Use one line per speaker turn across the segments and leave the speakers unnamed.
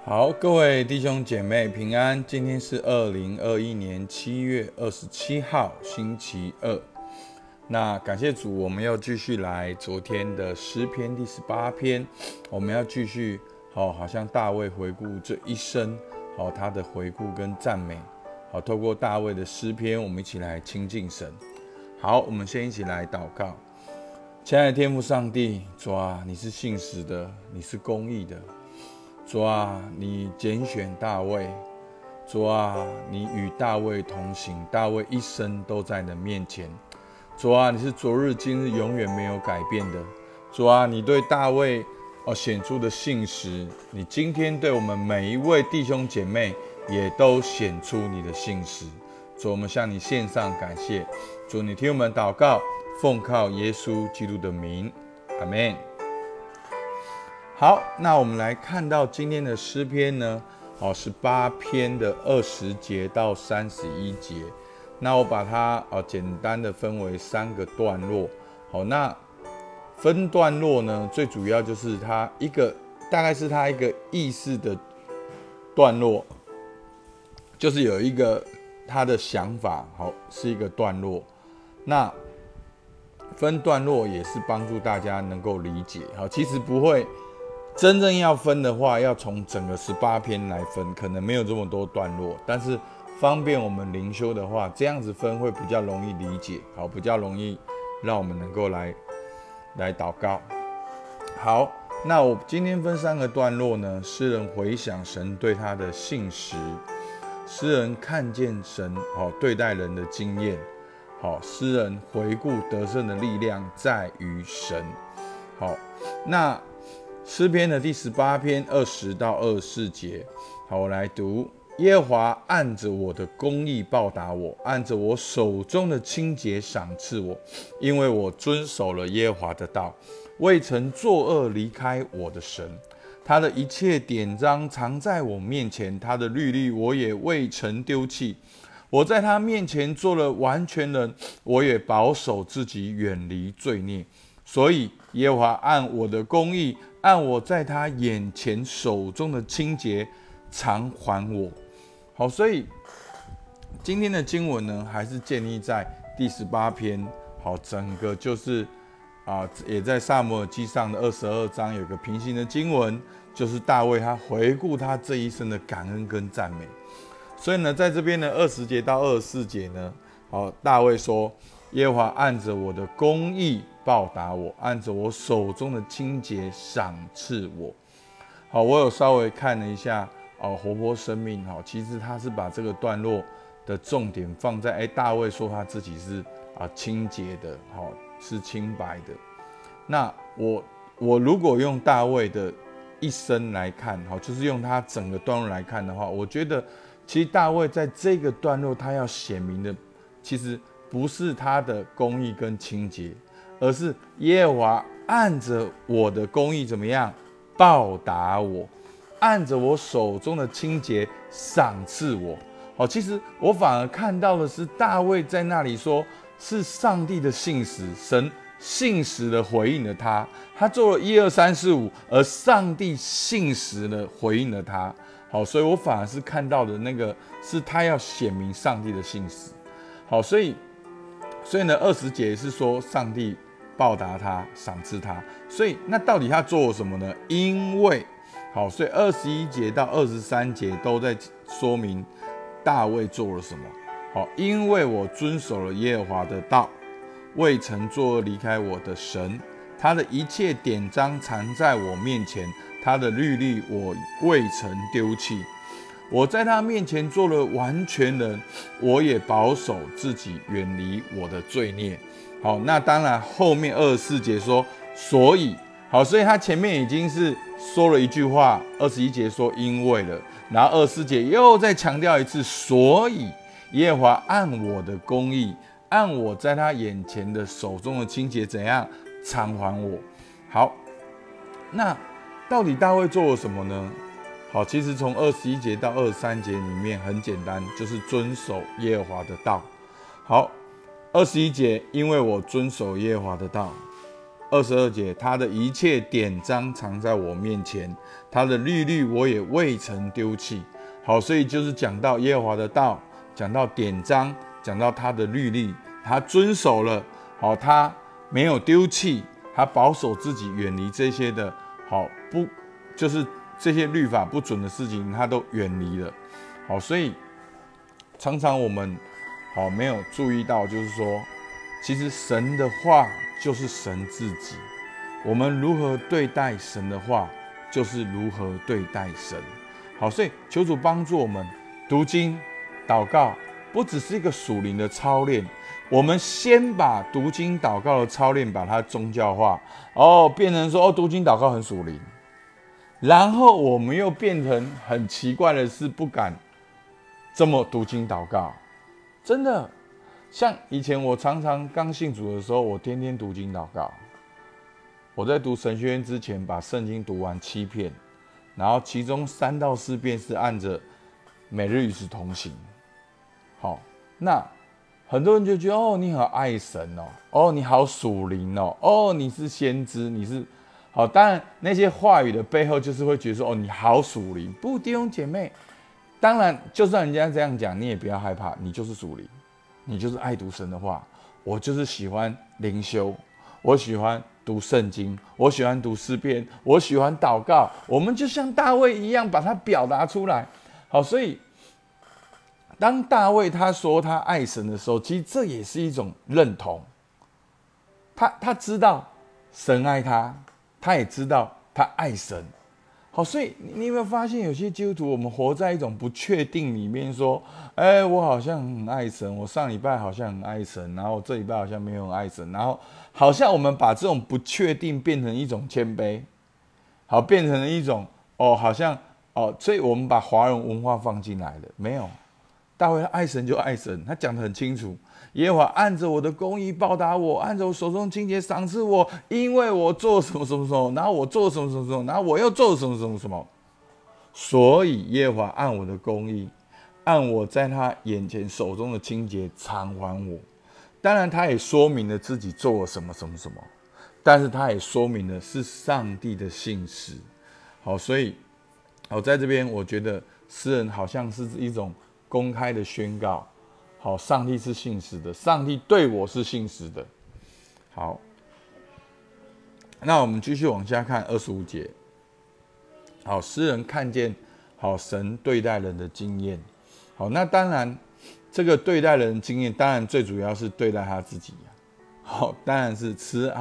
好，各位弟兄姐妹平安。今天是2021年7月27号，星期二。那感谢主，我们要继续来昨天的诗篇第18篇，我们要继续好像大卫回顾这一生，他的回顾跟赞美。好，透过大卫的诗篇，我们一起来亲近神。好，我们先一起来祷告。亲爱的天父上帝，主啊，你是信实的，你是公义的。主啊，你拣选大卫，主啊，你与大卫同行，大卫一生都在你的面前。主啊，你是昨日今日永远没有改变的。主啊，你对大卫显出的信实，你今天对我们每一位弟兄姐妹也都显出你的信实。主，我们向你献上感谢。主，你听我们祷告，奉靠耶稣基督的名，阿们。好，那我们来看到今天的诗篇呢，18篇的20节到31节。那我把它简单的分为3个段落。好，那分段落呢，最主要就是它一个大概是它一个意思的段落，就是有一个他的想法，是一个段落。那分段落也是帮助大家能够理解。其实不会。真正要分的话，要从整个18篇来分，可能没有这么多段落，但是方便我们灵修的话，这样子分会比较容易理解，比较容易让我们能够来祷告。好，那我今天分3个段落呢，诗人回想神对他的信实，诗人看见神对待人的经验，诗人回顾得胜的力量在于神。好，那诗篇的第18篇20到24节，好，我来读。耶和华按着我的公义报答我，按着我手中的清洁赏赐我，因为我遵守了耶和华的道，未曾作恶离开我的神。他的一切典章藏在我面前，他的律例我也未曾丢弃。我在他面前做了完全人，我也保守自己远离罪孽。所以耶和华按我的公义，按我在他眼前手中的清洁偿还我。好，所以今天的经文呢，还是建立在第18篇。好，整个就是也在撒母耳记上的22章有个平行的经文，就是大卫他回顾他这一生的感恩跟赞美。所以呢，在这边的20节到24节呢，大卫说：耶和华按着我的公义报答我，按着我手中的清洁赏赐我。好，我有稍微看了一下活泼生命，其实他是把这个段落的重点放在大卫说他自己是清洁的，是清白的。那我如果用大卫的一生来看，就是用他整个段落来看的话，我觉得其实大卫在这个段落他要显明的，其实不是他的公义跟清洁，而是耶和华按着我的公义怎么样报答我，按着我手中的清洁赏赐我。其实我反而看到的是大卫在那里说，是上帝的信实，神信实的回应了他，他做了1、2、3、4、5，而上帝信实的回应了他。好，所以我反而是看到的那个是他要显明上帝的信实。好，所以呢，20节是说上帝报答他，赏赐他。所以那到底他做了什么呢？因为好，所以21节到23节都在说明大卫做了什么。好，因为我遵守了耶和华的道，未曾作恶离开我的神。他的一切典章藏在我面前，他的律例我未曾丢弃。我在他面前做了完全人，我也保守自己远离我的罪孽。好，那当然后面24节说所以，好，所以他前面已经是说了一句话，21节说因为了，然后24节又再强调一次，所以耶和华按我的公义，按我在他眼前的手中的清洁怎样偿还我。好，那到底大卫做了什么呢？好，其实从21节到23节里面很简单，就是遵守耶和华的道。好，21节，因为我遵守耶和华的道， 22节，他的一切典章藏在我面前，他的律例我也未曾丢弃。好，所以就是讲到耶和华的道，讲到典章，讲到他的律例，他遵守了。好，他没有丢弃，他保守自己，远离这些的，好不就是这些律法不准的事情，他都远离了。好，所以常常我们好没有注意到，就是说，其实神的话就是神自己，我们如何对待神的话，就是如何对待神。好，所以求主帮助我们读经、祷告，不只是一个属灵的操练。我们先把读经、祷告的操练，把它宗教化，变成说读经、祷告很属灵，然后我们又变成很奇怪的是，不敢这么读经祷告。真的，像以前我常常刚信主的时候，我天天读经祷告。我在读神学院之前，把圣经读完7遍，然后其中3到4遍是按着每日与神同行。好，那很多人就觉得你好爱神你好属灵你是先知，你是好。当然那些话语的背后，就是会觉得说你好属灵。不，弟兄姐妹，当然就算人家这样讲，你也不要害怕，你就是属灵，你就是爱读神的话。我就是喜欢灵修，我喜欢读圣经，我喜欢读诗篇，我喜欢祷告。我们就像大卫一样，把它表达出来。好，所以当大卫他说他爱神的时候，其实这也是一种认同。他知道神爱他，他也知道他爱神。好，所以你有没有发现，有些基督徒我们活在一种不确定里面，说，我好像很爱神，我上礼拜好像很爱神，然后我这礼拜好像没有很爱神，然后好像我们把这种不确定变成一种谦卑，好，变成了一种好像所以我们把华人文化放进来了，没有。大卫他爱神就爱神，他讲得很清楚，耶和华按着我的公义报答我，按着我手中清洁赏赐我，因为我做什么什么什么，然后我做什么什么什么，然后我又做什么什么什么，所以耶和华按我的公义，按我在他眼前手中的清洁偿还我。当然他也说明了自己做了什么什么什么，但是他也说明了是上帝的信实。好，所以在这边我觉得诗人好像是一种公开的宣告，好，上帝是信实的，上帝对我是信实的。好，那我们继续往下看25节。好，诗人看见好神对待人的经验。好，那当然这个对待人的经验，当然最主要是对待他自己。好，当然是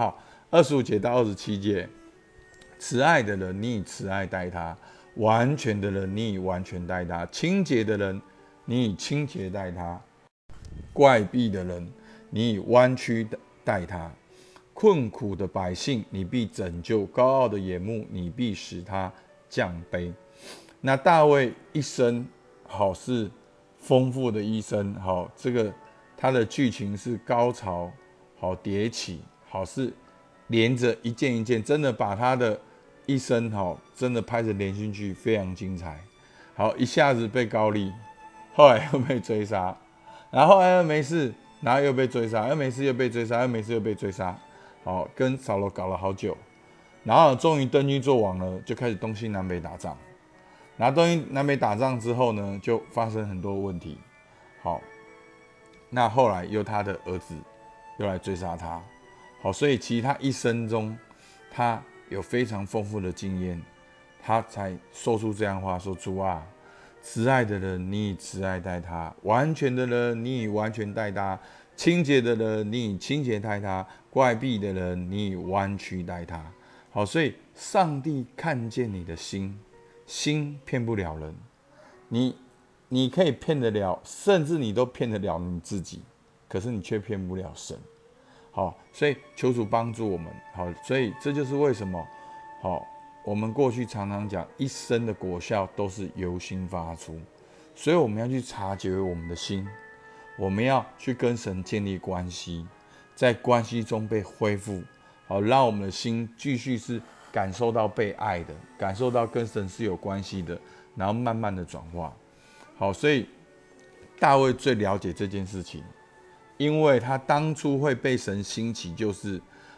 25节到27节，慈爱的人你以慈爱待他，完全的人你以完全待他，清洁的人你以清洁待他，怪僻的人你以弯曲待他，困苦的百姓你必拯救，高傲的眼目你必使他降卑。那大卫一生好是丰富的一生，好，这个他的剧情是高潮好迭起，好是连着一件一件，真的把他的一生好真的拍成连续剧，非常精彩。好，一下子被高利，后来又被追杀，然后又没事，然后又被追杀，又没事又被追杀，又没事又被追杀。好，跟扫罗搞了好久，然后终于登基做王了，就开始东西南北打仗。然后东西南北打仗之后呢，就发生很多问题。好，那后来又他的儿子又来追杀他。好，所以其实他一生中，他有非常丰富的经验，他才说出这样的话：说主啊，慈爱的人你以慈爱待他，完全的人你以完全待他，清洁的人你以清洁待他，怪僻的人你以弯曲待他。好，所以上帝看见你的心，心骗不了人，你可以骗得了，甚至你都骗得了你自己，可是你却骗不了神。好，所以求主帮助我们。好，所以这就是为什么好，我们过去常常讲，一生的果效都是由心发出，所以我们要去察觉我们的心，我们要去跟神建立关系，在关系中被恢复，好，让我们的心继续是感受到被爱的，感受到跟神是有关系的，然后慢慢的转化。好，所以大卫最了解这件事情，因为他当初会被神兴起，就是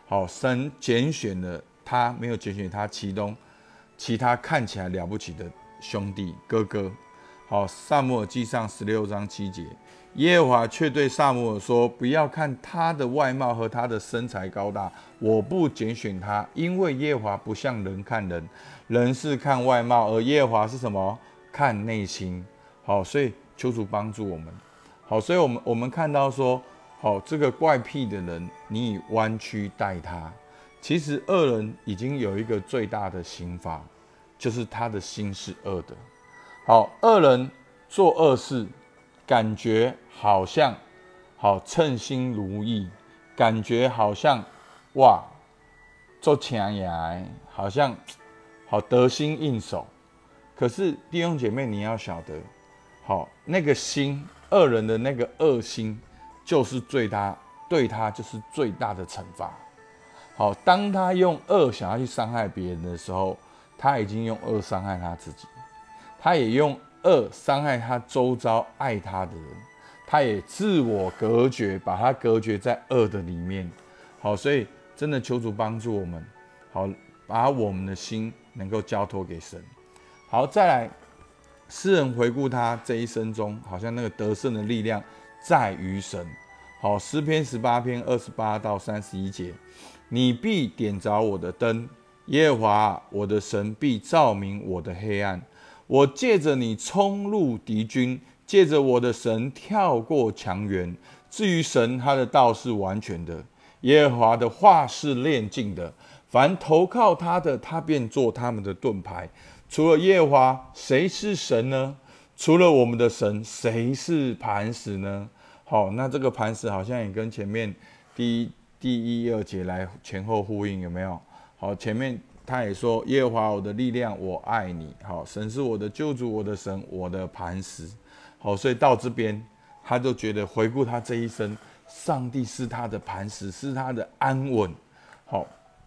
好，神拣选了他，没有拣选他其他看起来了不起的兄弟哥哥。好，撒母耳记上16章7节，耶和华却对撒母耳说：不要看他的外貌和他的身材高大，我不拣选他，因为耶和华不像人看人，人是看外貌，而耶和华是什么？看内心。好，所以求主帮助我们。好，所以我们看到说，好，这个怪癖的人，你以弯曲待他，其实恶人已经有一个最大的刑罚，就是他的心是恶的。好，恶人做恶事，感觉好像好称心如意，感觉好像哇做强牙，好像好得心应手。可是弟兄姐妹，你要晓得，好那个心，恶人的那个恶心，就是对他就是最大的惩罚。好，当他用恶想要去伤害别人的时候，他已经用恶伤害他自己。他也用恶伤害他周遭爱他的人，他也自我隔绝，把他隔绝在恶的里面。好，所以真的求主帮助我们，好，把我们的心能够交托给神。好，再来，诗人回顾他这一生中，好像那个得胜的力量在于神。好，诗篇18篇28到31节，你必点着我的灯，耶和华我的神必照明我的黑暗。我借着你冲入敌军，借着我的神跳过墙垣。至于神，他的道是完全的，耶和华的话是炼净的。凡投靠他的，他便做他们的盾牌。除了耶和华，谁是神呢？除了我们的神，谁是磐石呢？好，那这个磐石好像也跟前面第一、2节来前后呼应，有没有？好，前面他也说，耶和华我的力量，我爱你。好，神是我的救主，我的神，我的磐石。好，所以到这边，他就觉得回顾他这一生，上帝是他的磐石，是他的安稳。好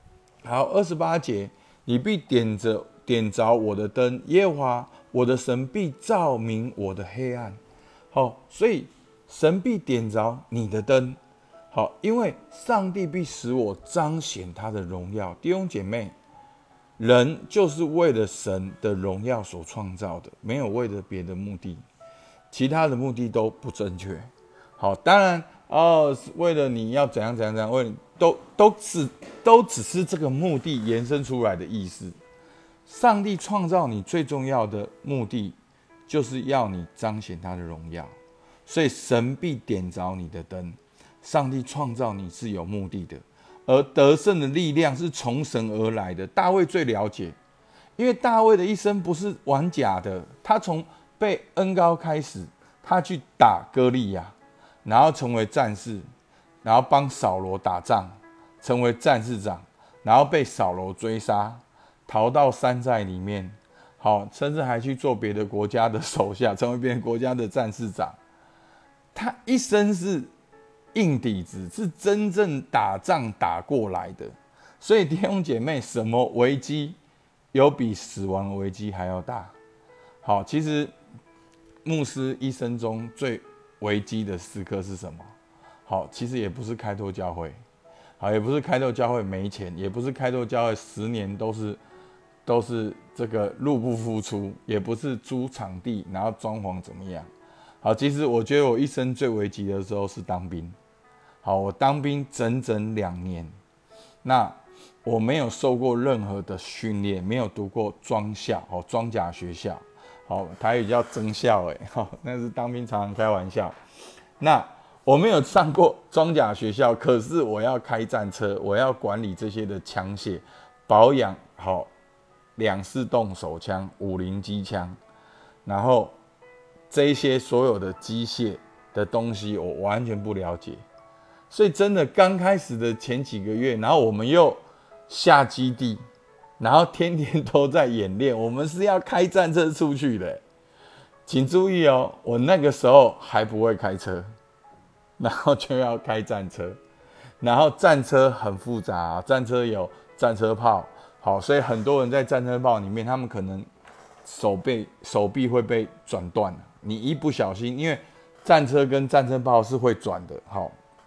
，28节，你必点着我的灯，耶和华我的神必照明我的黑暗。好，所以神必点着你的灯。好，因为上帝必使我彰显他的荣耀。弟兄姐妹，人就是为了神的荣耀所创造的，没有为了别的目的，其他的目的都不正确。好，当然为了你要怎样，为了都只是这个目的延伸出来的意思。上帝创造你最重要的目的，就是要你彰显他的荣耀，所以神必点着你的灯。上帝创造你是有目的的，而得胜的力量是从神而来的。大卫最了解，因为大卫的一生不是玩假的，他从被恩膏开始，他去打歌利亚，然后成为战士，然后帮扫罗打仗，成为战士长，然后被扫罗追杀，逃到山寨里面，好，甚至还去做别的国家的手下，成为别的国家的战士长。他一生是硬底子，是真正打仗打过来的。所以弟兄姐妹，什么危机有比死亡的危机还要大？好，其实牧师一生中最危机的时刻是什么？好，其实也不是开拓教会，好，也不是开拓教会没钱，也不是开拓教会10年都是这个入不敷出，也不是租场地然后装潢怎么样。好，其实我觉得我一生最危急的时候是当兵。好，我当兵整整2年，那我没有受过任何的训练，没有读过装校，装甲学校，好，台语叫征校，那是当兵常常开玩笑。那我没有上过装甲学校，可是我要开战车，我要管理这些的枪械，保养好2-4洞手枪、50机枪，然后这一些所有的机械的东西，我完全不了解。所以真的刚开始的前几个月，然后我们又下基地，然后天天都在演练，我们是要开战车出去的。请注意哦，我那个时候还不会开车，然后就要开战车，然后战车很复杂，战车有战车炮，好，所以很多人在战车炮里面，他们可能手臂会被转断，你一不小心，因为战车跟战车炮是会转的，好。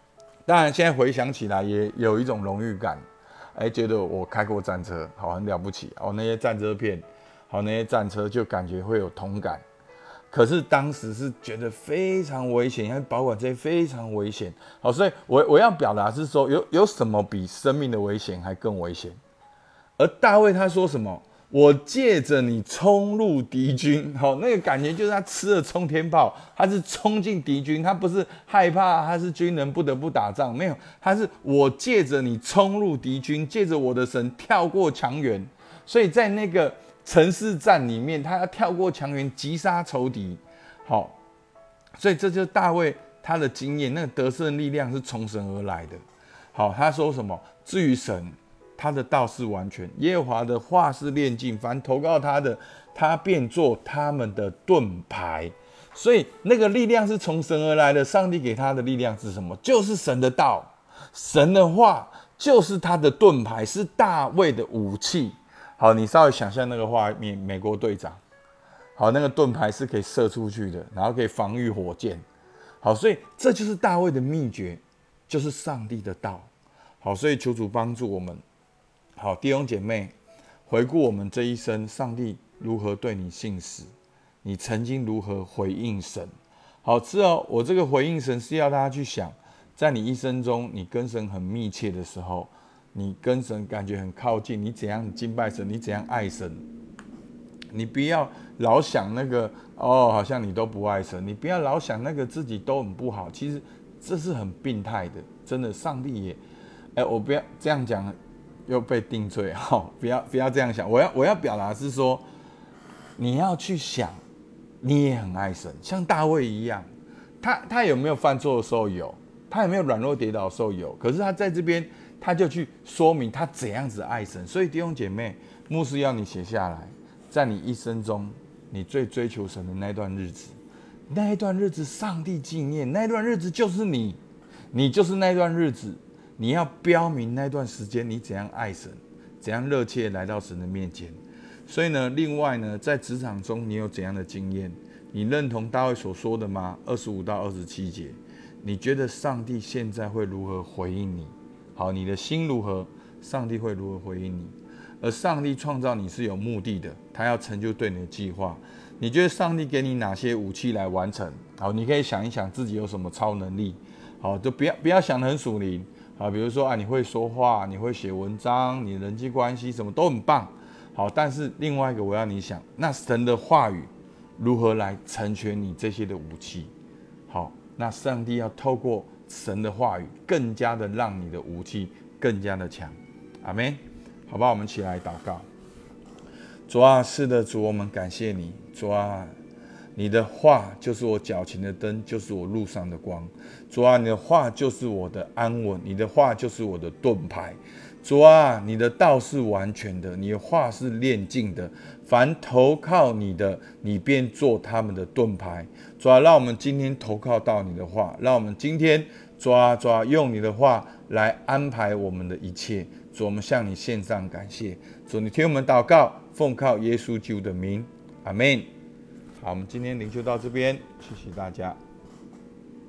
当然现在回想起来也有一种荣誉感，觉得我开过战车，好很了不起哦，那些战车片，好那些战车就感觉会有同感。可是当时是觉得非常危险，因为保管这些非常危险。好，所以我要表达是说，有什么比生命的危险还更危险？而大卫他说什么？我借着你冲入敌军，好，那个感觉就是他吃了冲天炮，他是冲进敌军，他不是害怕，他是军人不得不打仗，没有，他是我借着你冲入敌军，借着我的神跳过墙垣，所以在那个城市战里面，他要跳过墙垣，击杀仇敌。好，所以这就是大卫他的经验，那个得胜力量是从神而来的。好，他说什么？至于神，他的道是完全，耶和华的话是炼净，凡投靠他的，他便做他们的盾牌。所以那个力量是从神而来的，上帝给他的力量是什么？就是神的道，神的话就是他的盾牌，是大卫的武器。好，你稍微想象那个画面，美国队长，好，那个盾牌是可以射出去的，然后可以防御火箭。好，所以这就是大卫的秘诀，就是上帝的道。好，所以求主帮助我们。好，弟兄姐妹，回顾我们这一生，上帝如何对你信实，你曾经如何回应神。好，是哦，我这个回应神是要大家去想，在你一生中，你跟神很密切的时候，你跟神感觉很靠近，你怎样敬拜神，你怎样爱神，你不要老想那个好像你都不爱神，你不要老想那个自己都很不好，其实这是很病态的，真的，上帝也，我不要这样讲。又被定罪，不要这样想。我要表达是说，你要去想，你也很爱神，像大卫一样，他有没有犯错的时候有，他有没有软弱跌倒的时候有，可是他在这边他就去说明他怎样子爱神。所以弟兄姐妹，牧师要你写下来，在你一生中你最追求神的那段日子，那一段日子上帝纪念，那一段日子就是你就是那段日子。你要标明那段时间你怎样爱神，怎样热切来到神的面前。所以呢，另外呢，在职场中你有怎样的经验？你认同大卫所说的吗？25到27节，你觉得上帝现在会如何回应你？好，你的心如何，上帝会如何回应你？而上帝创造你是有目的的，他要成就对你的计划。你觉得上帝给你哪些武器来完成？好，你可以想一想自己有什么超能力。好，就不要想得很属灵。好，比如说你会说话，你会写文章，你人际关系什么都很棒。好，但是另外一个我要你想，那神的话语如何来成全你这些的武器？好，那上帝要透过神的话语，更加的让你的武器更加的强。阿们。好吧，我们起来祷告。主啊，是的，主，我们感谢你。主啊，你的话就是我脚前的灯，就是我路上的光。主啊，你的话就是我的安稳，你的话就是我的盾牌。主啊，你的道是完全的，你的话是炼净的。凡投靠你的，你便做他们的盾牌。主啊，让我们今天投靠到你的话，让我们今天用你的话来安排我们的一切。主，我们向你献上感谢。主，你听我们祷告，奉靠耶稣基督的名，阿们。好，我们今天灵修到这边，谢谢大家。